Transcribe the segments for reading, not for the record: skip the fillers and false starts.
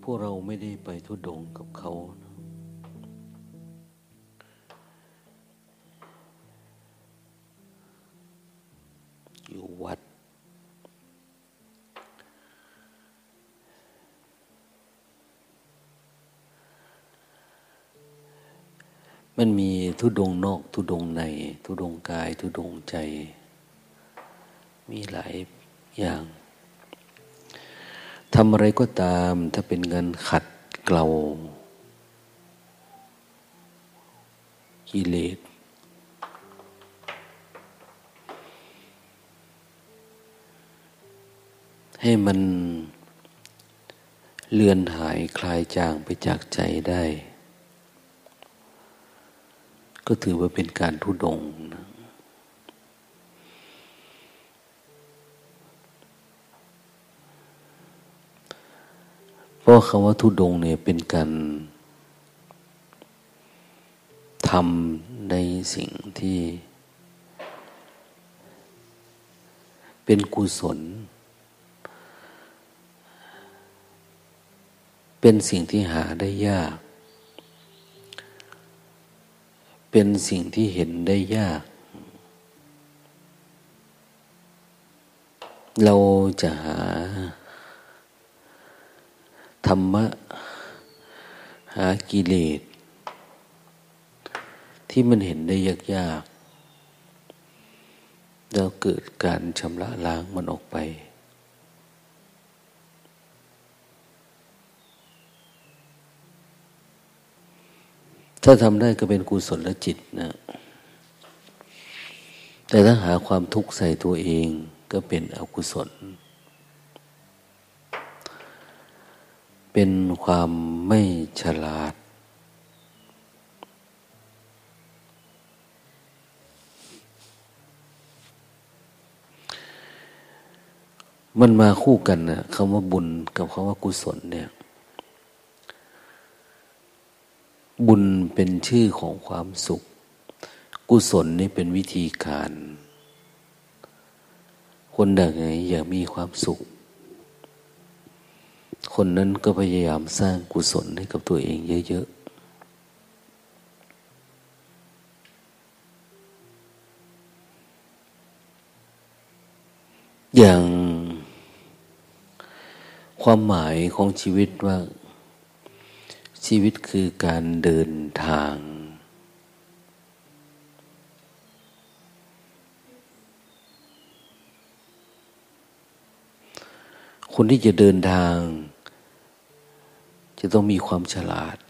วกเราไม่ได้ไปธุดงค์กับเขานะอยู่วัดมันมีธุดงค์นอกธุดงค์ในธุดงค์กายธุดงค์ใจมีหลายอย่างทำอะไรก็ตามถ้าเป็นเงินขัดเกลากิเลสให้มันเลือนหายคลายจางไปจากใจได้ก็ถือว่าเป็นการธุดงค์นะเพราะคำว่าธุดงค์เนี่ยเป็นการทำในสิ่งที่เป็นกุศลเป็นสิ่งที่หาได้ยากเป็นสิ่งที่เห็นได้ยากเราจะหาธรรมะหากิเลสที่มันเห็นได้ยากๆแล้วเกิดการชำระล้างมันออกไปถ้าทำได้ก็เป็นกุศลจิตนะแต่ถ้าหาความทุกข์ใส่ตัวเองก็เป็นอกุศลเป็นความไม่ฉลาดมันมาคู่กันนะคำว่าบุญกับคำว่ากุศลเนี่ยบุญเป็นชื่อของความสุขกุศลนี่เป็นวิธีการคนใดอยากมีความสุขคนนั้นก็พยายามสร้างกุศลให้กับตัวเองเยอะๆอย่างความหมายของชีวิตว่าชีวิตคือการเดินทางคนที่จะเดินทางจะต้องมีความฉลาด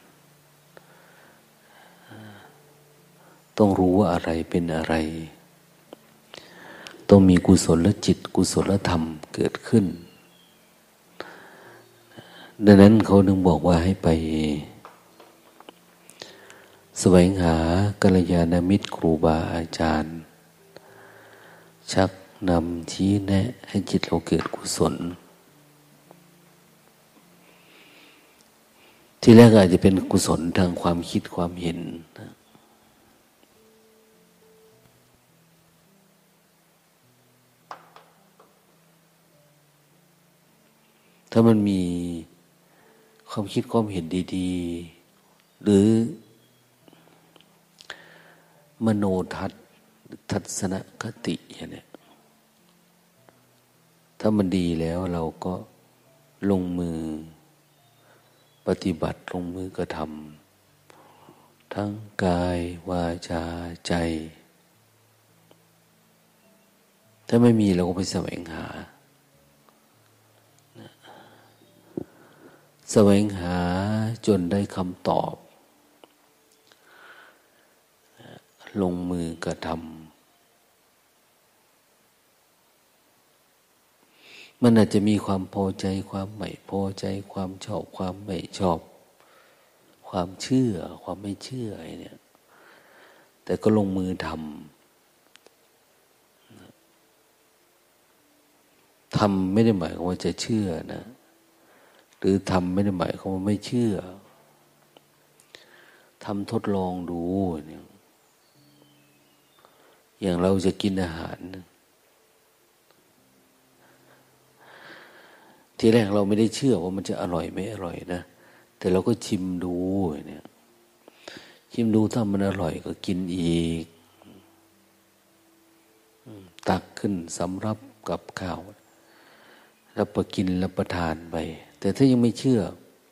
ต้องรู้ว่าอะไรเป็นอะไรต้องมีกุศลจิตกุศลธรรมเกิดขึ้นดังนั้นเขาถึงบอกว่าให้ไปแสวงหากัลยาณมิตรครูบาอาจารย์ชักนำชี้แนะให้จิตเราเกิดกุศลที่แรกอาจจะเป็นกุศลทางความคิดความเห็นนะถ้ามันมีความคิดความเห็นดีๆหรือมโนทัศน์ทัศนคติอย่างนี้ถ้ามันดีแล้วเราก็ลงมือปฏิบัติลงมือกระทำทั้งกายวาจาใจถ้าไม่มีเราก็ไปแสวงหาแสวงหาจนได้คำตอบลงมือกระทำมันอาจจะมีความพอใจความไม่พอใจความชอบความไม่ชอบความเชื่อความไม่เชื่ออะไรเนี่ยแต่ก็ลงมือทำไม่ได้หมายความว่าจะเชื่อนะหรือทำไม่ได้หมายความว่าไม่เชื่อทำทดลองดูเนี่ยอย่างเราจะกินอาหารทีแรกเราไม่ได้เชื่อว่ามันจะอร่อยไม่อร่อยนะแต่เราก็ชิมดูเนี่ยชิมดูถ้ามันอร่อยก็กินอีกตักขึ้นสำรับกับข้าวรับประกินรับประทานไปแต่ถ้ายังไม่เชื่อ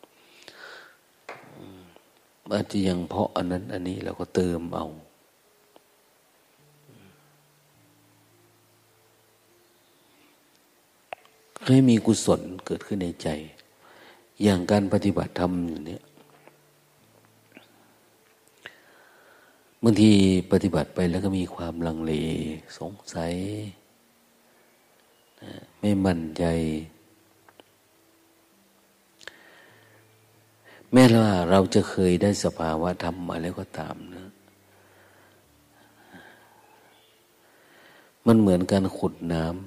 อาจจะยังเพาะอันนั้นอันนี้เราก็เติมเอาให้มีกุศลเกิดขึ้นในใจอย่างการปฏิบัติธรรมอย่างนี้บางทีปฏิบัติไปแล้วก็มีความลังเลสงสัยไม่มั่นใจแม้ว่าเราจะเคยได้สภาวะธรรมมาแล้วก็ตามนะมันเหมือนการขุดน้ำ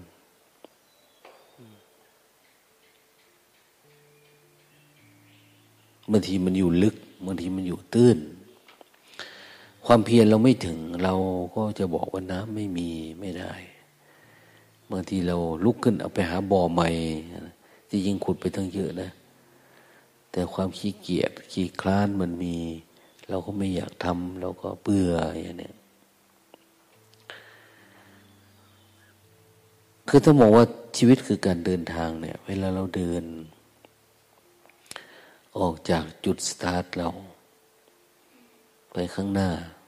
บางทีมันอยู่ลึกบางทีมันอยู่ตื้นความเพียรเราไม่ถึงเราก็จะบอกว่าน้ำไม่มีไม่ได้บางทีเราลุกขึ้นเอาไปหาบ่อใหม่ที่ยิ่งขุดไปตั้งเยอะนะแต่ความขี้เกียจขี้คลานมันมีเราก็ไม่อยากทำเราก็เบื่ออย่างนี้คือถ้ามองว่าชีวิตคือการเดินทางเนี่ยเวลาเราเดินออกจากจุดสตาร์ทเราไปข้างหน้า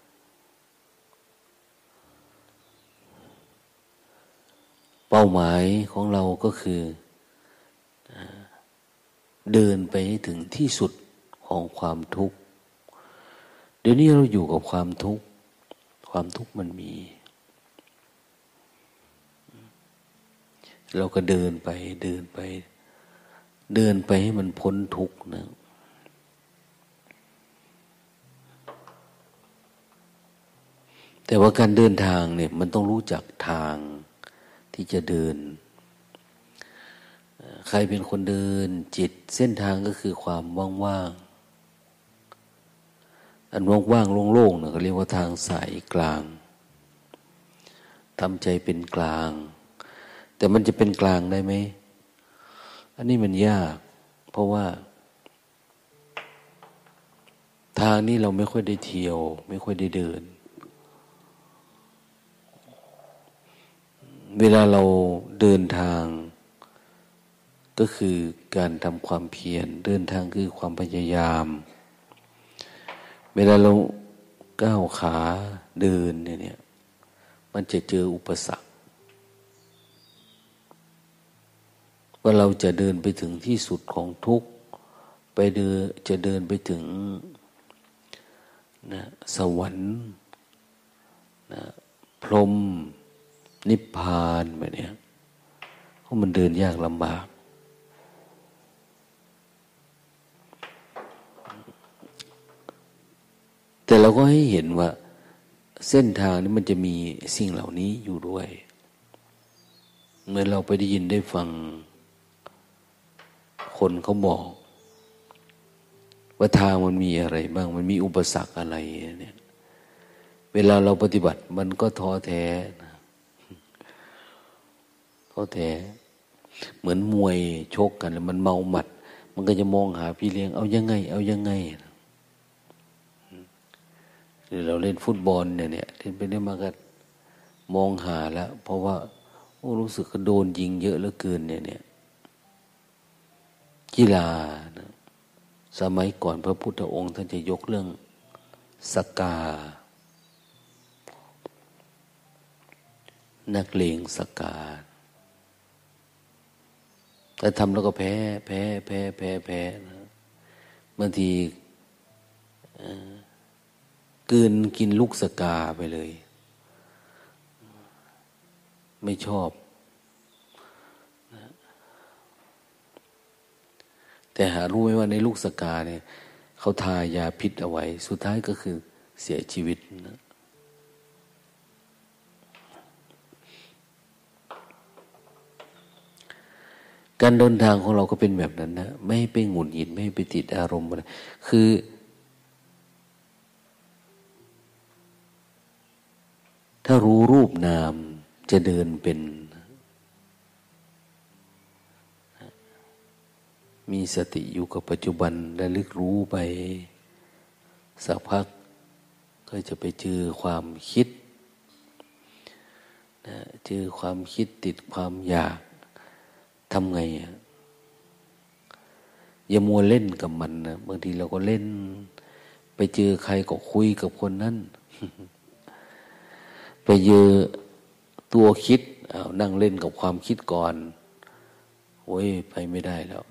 เป้าหมายของเราก็คือเดินไปให้ถึงที่สุดของความทุกข์เดี๋ยวนี้เราอยู่กับความทุกข์ความทุกข์มันมีเราก็เดินไปเดินไปเดินไปให้มันพ้นทุกข์นะแต่ว่าการเดินทางเนี่ยมันต้องรู้จักทางที่จะเดินใครเป็นคนเดินจิตเส้นทางก็คือความว่างๆอันว่างๆโล่งๆเนี่ยเขาเรียกว่าทางสายกลางทำใจเป็นกลางแต่มันจะเป็นกลางได้ไหมอันนี้มันยากเพราะว่าทางนี้เราไม่ค่อยได้เที่ยวไม่ค่อยได้เดินเวลาเราเดินทางก็คือการทำความเพียรเดินทางคือความพยายามเวลาเราก้าวขาเดินเนี่ยมันจะเจออุปสรรคว่าเราจะเดินไปถึงที่สุดของทุกข์ไปจะเดินไปถึงนะสวรรค์นะพรหมนิพพานแบบนี้เพราะมันเดินยากลำบากแต่เราก็ให้เห็นว่าเส้นทางนี้มันจะมีสิ่งเหล่านี้อยู่ด้วยเมื่อเราไปได้ยินได้ฟังคนเขาบอกว่าทางมันมีอะไรบ้างมันมีอุปสรรคอะไรเนี่ยเวลาเราปฏิบัติมันก็ท้อแท้นะท้อแท้เหมือนมวยชกกันแล้วมันเมาหมัดมันก็จะมองหาพี่เลี้ยงเอายังไงเอายังไงหรือเราเล่นฟุตบอลเนี่ยเล่นไปได้มาก็มองหาแล้วเพราะว่ารู้สึกก็โดนยิงเยอะเหลือเกินเนี่ยกีฬานะสมัยก่อนพระพุทธองค์ท่านจะยกเรื่องสกานักเลงสกาแต่ทำแล้วก็แพ้นะบางทีกลืนกินลูกสกาไปเลยไม่ชอบนะแต่หารู้ไหมว่าในลูกสกาเนี่ยเขาทายาพิษเอาไว้สุดท้ายก็คือเสียชีวิตนะการเดินทางของเราก็เป็นแบบนั้นนะไม่ไปหงุดหงิดไม่ไปติดอารมณ์อะไรคือถ้ารู้รูปนามจะเดินเป็นมีสติอยู่กับปัจจุบันและลึกรู้ไปสักพักก็จะไปเจอความคิดนะเจอความคิดติดความอยากทำไงอย่ามัวเล่นกับมันนะบางทีเราก็เล่นไปเจอใครก็คุยกับคนนั้น ไปเจอตัวคิดนั่งเล่นกับความคิดก่อนโอ้ยไปไม่ได้แล้ว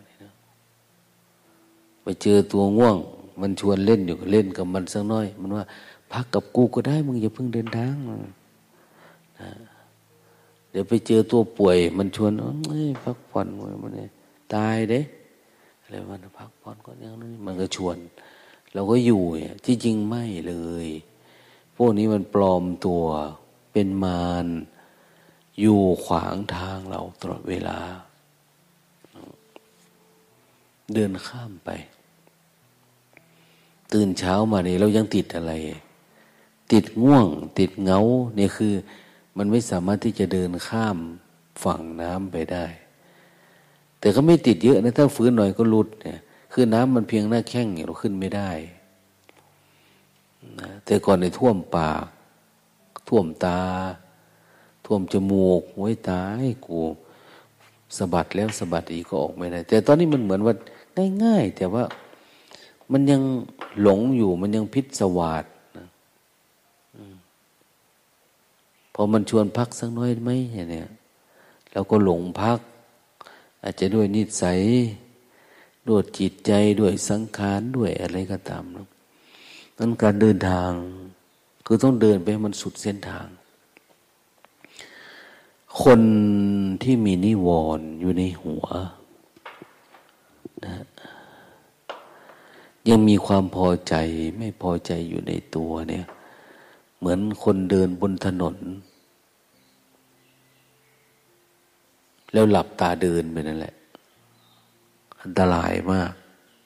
ไปเจอตัวง่วงมันชวนเล่นอยู่ก็เล่นกับมันสักน้อยมันว่าพักกับกูก็ได้มึงอย่าเพิ่งเดินทางนะเดี๋ยวไปเจอตัวป่วยมันชวนพักผ่อนมันตายเด้อะไรวะพักผ่อนก็อย่างนี้มันก็ชวนเราก็อยู่ที่จริงไม่เลยพวกนี้มันปลอมตัวเป็นมารอยู่ขวางทางเราตลอดเวลาเดินข้ามไปตื่นเช้ามาเนี่ยเรายังติดอะไรติดง่วงติดเหงาเนี่ยคือมันไม่สามารถที่จะเดินข้ามฝั่งน้ำไปได้แต่ก็ไม่ติดเยอะนะถ้าฝืนหน่อยก็หลุดเนี่ยคือน้ำมันเพียงหน้าแข้งเราขึ้นไม่ได้นะแต่ก่อนในท่วมปากท่วมตาท่วมจมูกโอ้ยตายกูสะบัดแล้วสะบัดอีกก็ออกไม่ได้แต่ตอนนี้มันเหมือนว่าง่ายๆแต่ว่ามันยังหลงอยู่มันยังพิศวาสนะพอมันชวนพักสักน้อยไหมเนี่ยเราก็หลงพักอาจจะด้วยนิสัยด้วยจิตใจด้วยสังขารด้วยอะไรก็ตามนะนั้นการเดินทางคือต้องเดินไปให้มันสุดเส้นทางคนที่มีนิวรณ์อยู่ในหัวนะยังมีความพอใจไม่พอใจอยู่ในตัวเนี่ยเหมือนคนเดินบนถนนแล้วหลับตาเดินไปนั่นแหละอันตรายมาก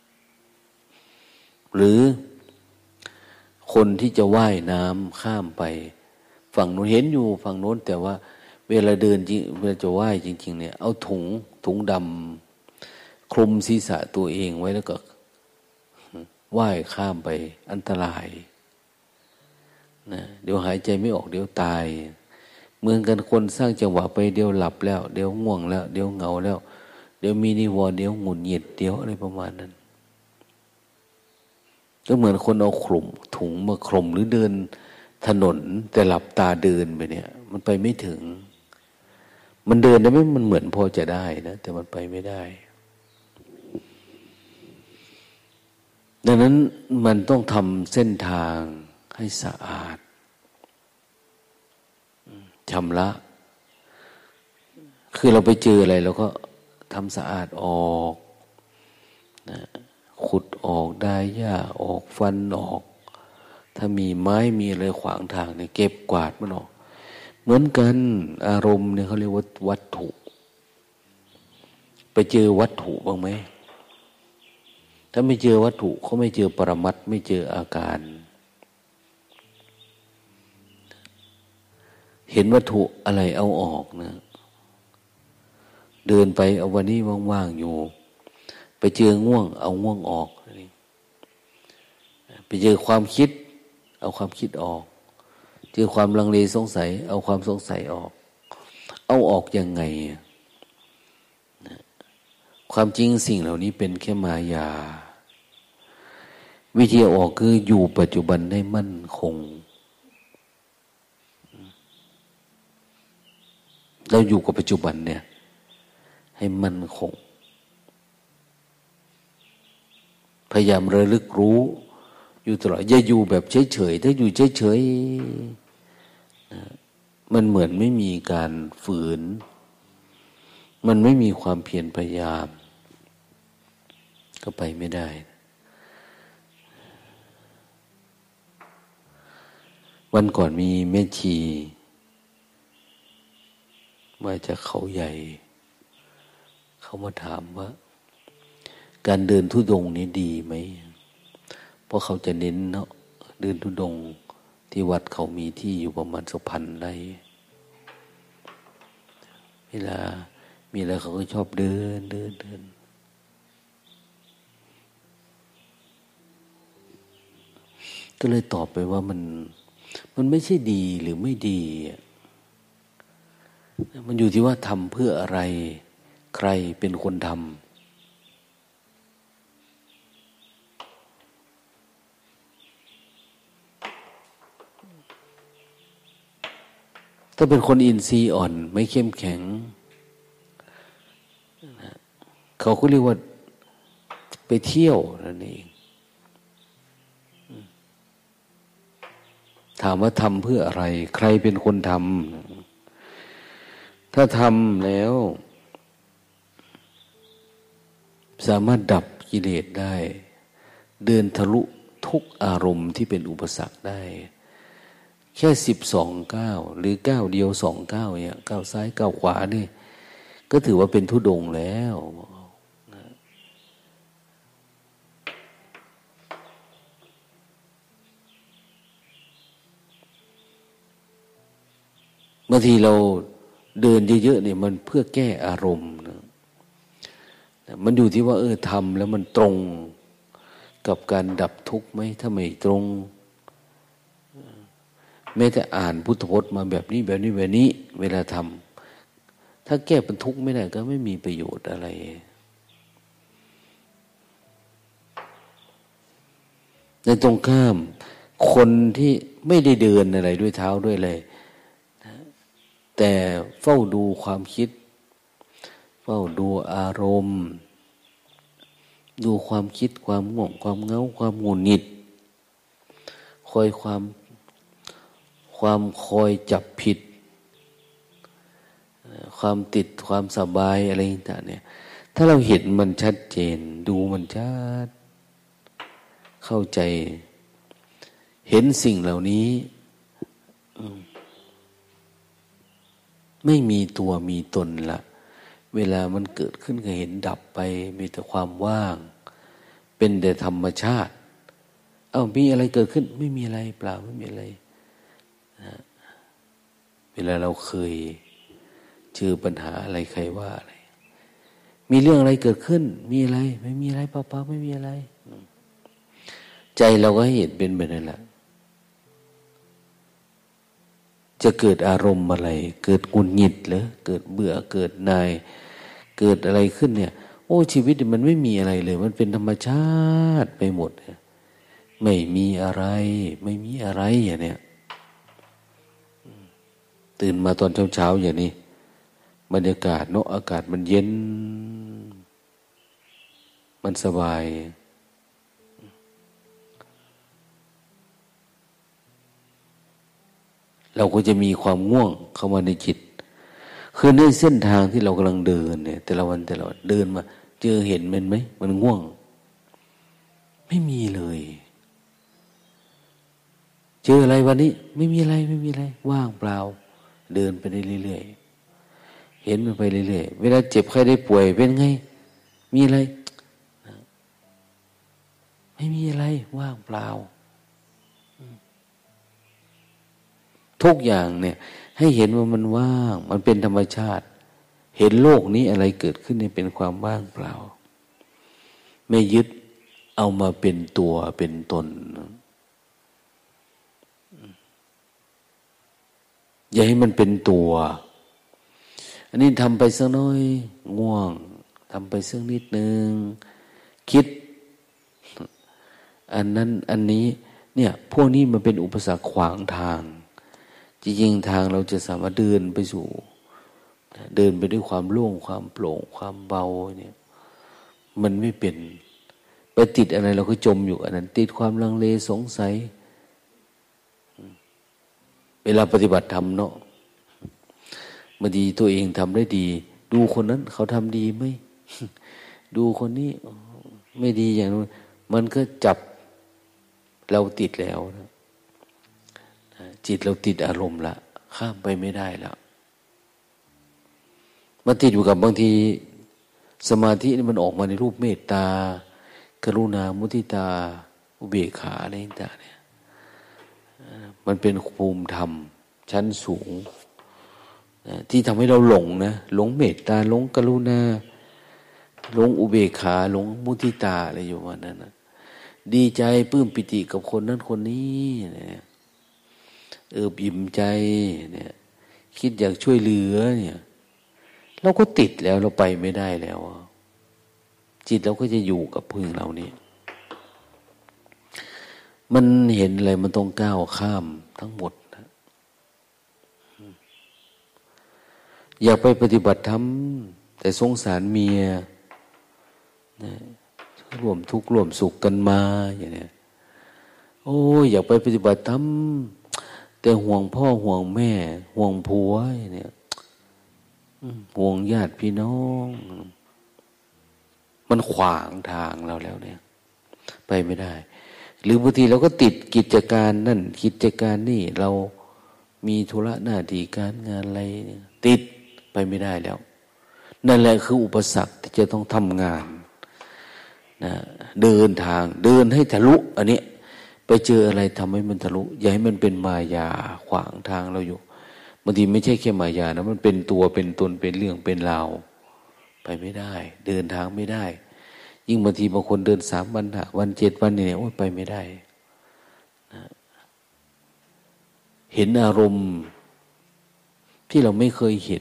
หรือคนที่จะว่ายน้ำข้ามไปฝั่งโน้นเห็นอยู่ฝั่งโน้นแต่ว่าเวลาเดินจริงเวลาจะว่ายจริงๆเนี่ยเอาถุงดำคลุมศีรษะตัวเองไว้แล้วก็ว่ายข้ามไปอันตรายนะเดี๋ยวหายใจไม่ออกเดี๋ยวตายเหมือนกันคนสร้างจังหวะไปเดี๋ยวหลับแล้วเดี๋ยวง่วงแล้วเดี๋ยวเหงาแล้วเดี๋ยวมีนิวรณ์เดี๋ยวหงุดหงิดเดี๋ยวอะไรประมาณนั้นก็เหมือนคนเอาถุงมาคลุมหรือเดินถนนแต่หลับตาเดินไปเนี่ยมันไปไม่ถึงมันเดินได้ไหมมันเหมือนพอจะได้นะแต่มันไปไม่ได้ดังนั้นมันต้องทำเส้นทางให้สะอาดชำระคือเราไปเจออะไรเราก็ทำสะอาดออกนะขุดออกได้หญ้าออกฟันออกถ้ามีไม้มีอะไรขวางทางเนี่ยเก็บกวาดมันออกเหมือนกันอารมณ์เนี่ยเขาเรียกว่าวัตถุไปเจอวัตถุบ้างไหมถ้าไม่เจอวัตถุเขาไม่เจอปรมัตถ์ไม่เจออาการเห็นวัตถุอะไรเอาออกนะเดินไปเอาวันนี้ว่างๆอยู่ไปเจอง่วงเอาง่วงออกไปเจอความคิดเอาความคิดออกเจอความลังเลสงสัยเอาความสงสัยออกเอาออกยังไงความจริงสิ่งเหล่านี้เป็นแค่มายาวิธีออกคืออยู่ปัจจุบันให้มั่นคงเราอยู่กับปัจจุบันเนี่ยให้มั่นคงพยายามระลึกรู้อยู่ตลอดอย่าอยู่แบบเฉยๆถ้าอยู่เฉยๆมันเหมือนไม่มีการฝืนมันไม่มีความเพียรพยายามก็ไปไม่ได้วันก่อนมีแม่ชีมาจากเขาใหญ่เขามาถามว่าการเดินธุดงค์นี้ดีไหมเพราะเขาจะเน้นเนาะเดินธุดงค์ที่วัดเขามีที่อยู่ประมาณ1,000 ไร่เวลามีอะไรเขาก็ชอบเดินก็เลยตอบไปว่ามันไม่ใช่ดีหรือไม่ดีมันอยู่ที่ว่าทำเพื่ออะไรใครเป็นคนทำถ้าเป็นคนอินทรีย์อ่อนไม่เข้มแข็งเขาก็เรียกว่าไปเที่ยวนั่นเองถามว่าทำเพื่ออะไรใครเป็นคนทำถ้าทำแล้วสามารถดับกิเลสได้เดินทะลุทุกอารมณ์ที่เป็นอุปสรรคได้แค่12 ก้าวหรือก้าวเดียว2 ก้าวเนี่ยก้าวซ้ายก้าวขวานี่ก็ถือว่าเป็นธุดงค์แล้วบางทีเราเดินเยอะๆเนี่ยมันเพื่อแก้อารมณ์นะมันอยู่ที่ว่าทำแล้วมันตรงกับการดับทุกข์ไหมถ้าไม่ตรงแม้แต่อ่านพุทธพจน์มาแบบนี้แบบนี้แบบนี้เวลาทำถ้าแก้เป็นทุกข์ไม่ได้ก็ไม่มีประโยชน์อะไรในตรงข้ามคนที่ไม่ได้เดินอะไรด้วยเท้าด้วยเลยแต่เฝ้าดูความคิดเฝ้าดูอารมณ์ดูความคิดความง่วงความเหงาความหงุดหงิดคอยคอยจับผิดความติดความสบายอะไรต่างเนี่ยถ้าเราเห็นมันชัดเจนดูมันชัดเข้าใจเห็นสิ่งเหล่านี้ไม่มีตัวมีตนละเวลามันเกิดขึ้นก็เห็นดับไปมีแต่ความว่างเป็นแต่ธรรมชาติมีอะไรเกิดขึ้นไม่มีอะไรเปล่าไม่มีอะไรนะเวลาเราเคยเจอปัญหาอะไรใครว่าอะไรมีเรื่องอะไรเกิดขึ้นมีอะไรไม่มีอะไรเปล่าๆไม่มีอะไรใจเราก็ให้เห็นเป็นแบบนั้นแหละจะเกิดอารมณ์อะไรเกิดหงุดหงิดหรือเกิดเบื่อเกิดนายเกิดอะไรขึ้นเนี่ยโอ้ชีวิตมันไม่มีอะไรเลยมันเป็นธรรมชาติไปหมดไม่มีอะไรไม่มีอะไรอย่างเนี้ยตื่นมาตอนเช้าอย่างนี้บรรยากาศเนาะอากาศมันเย็นมันสบายเราก็จะมีความง่วงเข้ามาในจิตคือในเส้นทางที่เรากำลังเดินเนี่ยแต่ละวันเดินมาเจอเห็นมันไหมมันง่วงไม่มีเลยเจออะไรวันนี้ไม่มีอะไรไม่มีอะไรว่างเปล่าเดินไปได้เรื่อยๆเห็นมันไปเรื่อยๆเวลาเจ็บใครได้ป่วยเป็นไงมีอะไรไม่มีอะไรว่างเปล่าทุกอย่างเนี่ยให้เห็นว่ามันว่างมันเป็นธรรมชาติเห็นโลกนี้อะไรเกิดขึ้นเนี่ยเป็นความว่างเปล่าไม่ยึดเอามาเป็นตัวเป็นตนอย่าให้มันเป็นตัวอันนี้ทำไปสักน้อยง่วงทำไปสักนิดนึงคิดอันนั้นอันนี้เนี่ยพวกนี้มันเป็นอุปสรรคขวางทางจริงๆทางเราจะสามารถเดินไปสู่เดินไปด้วยความโล่งความโปร่งความเบาเนี่ยมันไม่เป็นไปติดอะไรเราก็จมอยู่อันนั้นติดความลังเลสงสัยเวลาปฏิบัติธรรมเนาะบางทีตัวเองทำได้ดีดูคนนั้นเขาทำดีไหม ดูคนนี้ไม่ดีอย่างนู้นมันก็จับเราติดแล้วนะจิตเราติดอารมณ์ละข้ามไปไม่ได้แล้วมาติดอยู่กับบางทีสมาธินี่มันออกมาในรูปเมตตากรุณามุทิตาอุเบกขาอะไรต่างๆเนี่ยมันเป็นภูมิธรรมชั้นสูงที่ทำให้เราหลงนะหลงเมตตาหลงกรุณาหลงอุเบกขาหลงมุทิตาอะไรอยู่วันนั้นนะดีใจปลื้มปิติกับคนนั้นคนนี้เนี่ยอิ่มใจเนี่ยคิดอยากช่วยเหลือเนี่ยเราก็ติดแล้วเราไปไม่ได้แล้วจิตเราก็จะอยู่กับพึ่งเรานี่มันเห็นอะไรมันต้องก้าวข้ามทั้งหมดนะอย่าไปปฏิบัติธรรมแต่สงสารเมียนะร่วมทุกข์ร่วมสุขกันมาอย่างนี้โอ้ยอยากไปปฏิบัติธรรมแต่ห่วงพ่อห่วงแม่ห่วงผัวอย่างนี้ห่วงญาติพี่น้องมันขวางทางเราแล้วเนี่ยไปไม่ได้หรือบางทีเราก็ติดกิจการนั่นกิจการนี่เรามีธุระหน้าที่การงานอะไรติดไปไม่ได้แล้วนั่นแหละคืออุปสรรคที่จะต้องทำงานนะเดินทางเดินให้ทะลุอันนี้ไปเจออะไรทำให้มันทะลุอย่าให้มันเป็นมายาขวางทางเราอยู่บางทีไม่ใช่แค่มายานะมันเป็นตัวเป็นตนเป็นเรื่องเป็นราวไปไม่ได้เดินทางไม่ได้ยิ่งบางทีบางคนเดิน3 วัน5 วัน7 วันเนี่ยโอ้ยไปไม่ได้นะเห็นอารมณ์ที่เราไม่เคยเห็น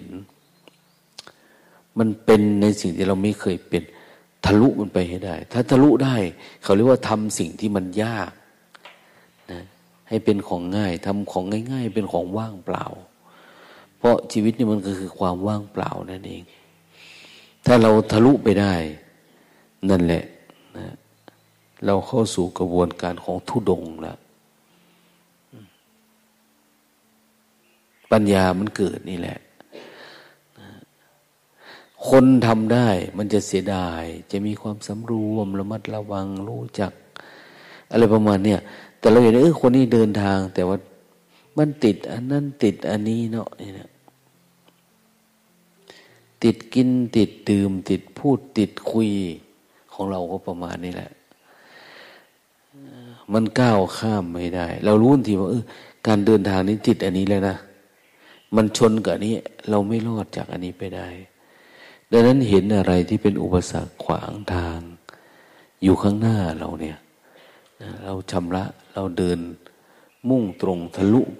มันเป็นในสิ่งที่เราไม่เคยเป็นทะลุมันไปให้ได้ถ้าทะลุได้เขาเรียกว่าทำสิ่งที่มันยากนะให้เป็นของง่ายทำของง่ายๆเป็นของว่างเปล่าเพราะชีวิตนี่มันก็คือความว่างเปล่านั่นเองถ้าเราทะลุไปได้นั่นแหละนะเราเข้าสู่กระบวนการของธุดงค์แล้วปัญญามันเกิดนี่แหละคนทำได้มันจะเสียดายจะมีความสำรวมระมัดระวังรู้จักอะไรประมาณเนี้ยแต่เราเห็นคนนี้เดินทางแต่ว่ามันติดอันนั้นติดอันนี้เนาะนี่นะติดกินติดดื่มติดพูดติดคุยของเราก็ประมาณนี้แหละมันก้าวข้ามไม่ได้เรารู้ทีว่าการเดินทางนี้ติดอันนี้แล้วนะมันชนกับอันนี้เราไม่รอดจากอันนี้ไปได้ดังนั้นเห็นอะไรที่เป็นอุปสรรคขวางทางอยู่ข้างหน้าเราเนี่ยเราชำระเราเดินมุ่งตรงทะลุไป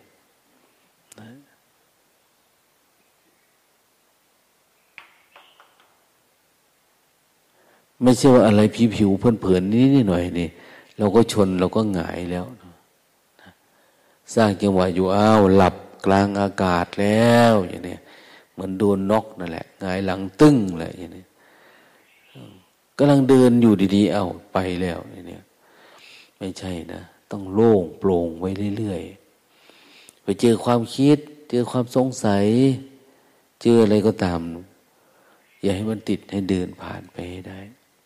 ไม่ใช่ว่าอะไรผิวๆเผินๆนิดหน่อยนี่เราก็ชนเราก็หงายแล้วสร้างจังหวะอยู่หลับกลางอากาศแล้วอย่างนี้เหมือนโดนน็อกนั่นแหละหงายหลังตึ้งเลยอย่างนี้กำลังเดินอยู่ดีๆไปแล้วอย่างนี้ไม่ใช่นะต้องโล่งโปร่งไว้เรื่อยๆไปเจอความคิดเจอความสงสัยเจออะไรก็ตามอย่าให้มันติดให้เดินผ่านไปให้ได้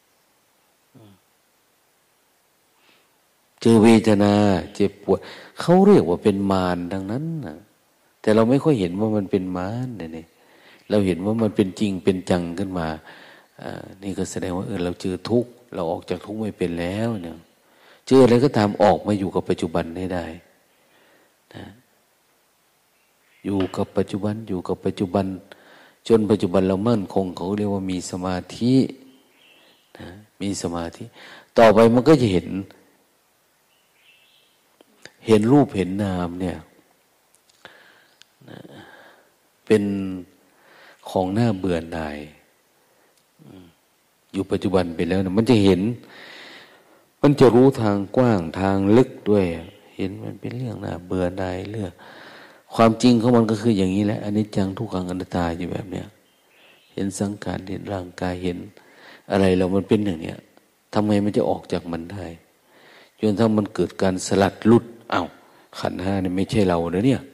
เจอเวทนาเจ็บปวดเขาเรียกว่าเป็นมารดังนั้นนะแต่เราไม่ค่อยเห็นว่ามันเป็นมารเนี่ยเราเห็นว่ามันเป็นจริงเป็นจังขึ้นมานี่ก็แสดงว่าเราเจอทุกข์เราออกจากทุกข์ไม่เป็นแล้วเนี่ยเจออะไรก็ตามออกมาอยู่กับปัจจุบันให้ได้นะอยู่กับปัจจุบันอยู่กับปัจจุบันจนปัจจุบันเรามั่นคงเขาเรียกว่ามีสมาธินะมีสมาธิต่อไปมันก็จะเห็นรูปเห็นนามเนี่ยเป็นของน่าเบื่อหน่ายอยู่ปัจจุบันไปแล้วนะมันจะเห็นมันจะรู้ทางกว้างทางลึกด้วยเห็นมันเป็นเรื่องน่าเบื่อหน่ายเรื่องความจริงของมันก็คืออย่างนี้แหละอนิจจังทุกขังอนัตตาอยู่แบบเนี้ยเห็นสังขารเห็นร่างกายเห็นอะไรเรามันเป็นอย่างเนี้ยทำไงมันจะออกจากมันได้จนถ้ามันเกิดการสลัดหลุดขันธ์ 5นี่ไม่ใช่เราเนอะเนี่ย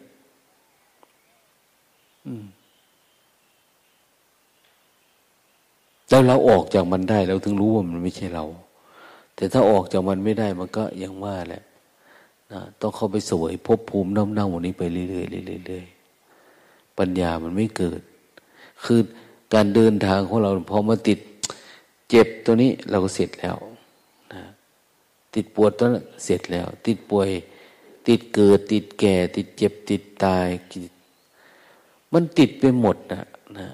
แล้วเราออกจากมันได้เราถึงรู้ว่ามันไม่ใช่เราแต่ถ้าออกจากมันไม่ได้มันก็ยังว่าแหละนะต้องเข้าไปเสวยภพภูมิเน่าๆนี้ไปเรื่อยๆเรื่อยๆปัญญามันไม่เกิดคือการเดินทางของเราพอมาติดเจ็บตัวนี้เราก็เสร็จแล้วนะติดปวดตัวนั้นเสร็จแล้วติดป่วยติดเกิดติดแก่ติดเจ็บติดตายมันติดไปหมดนะ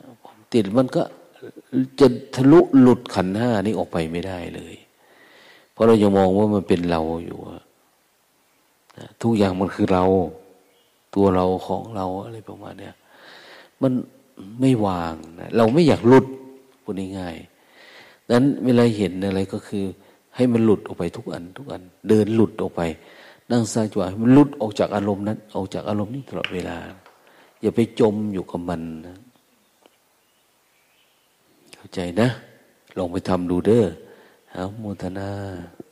ติดมันก็จะทะลุหลุดขันธ์ 5นี้ออกไปไม่ได้เลยเพราะเรายังมองว่ามันเป็นเราอยู่ทุกอย่างมันคือเราตัวเราของเราอะไรประมาณเนี้ยมันไม่วางนะเราไม่อยากหลุดพูดง่ายๆนั้นเวลาเห็นอะไรก็คือให้มันหลุดออกไปทุกอันทุกอันเดินหลุดออกไปนั่งสร้างจังหวะให้มันหลุดออกจากอารมณ์นั้นออกจากอารมณ์นี้ตลอดเวลาอย่าไปจมอยู่กับมันนะเข้าใจนะลองไปทำดูเด้อโมทนา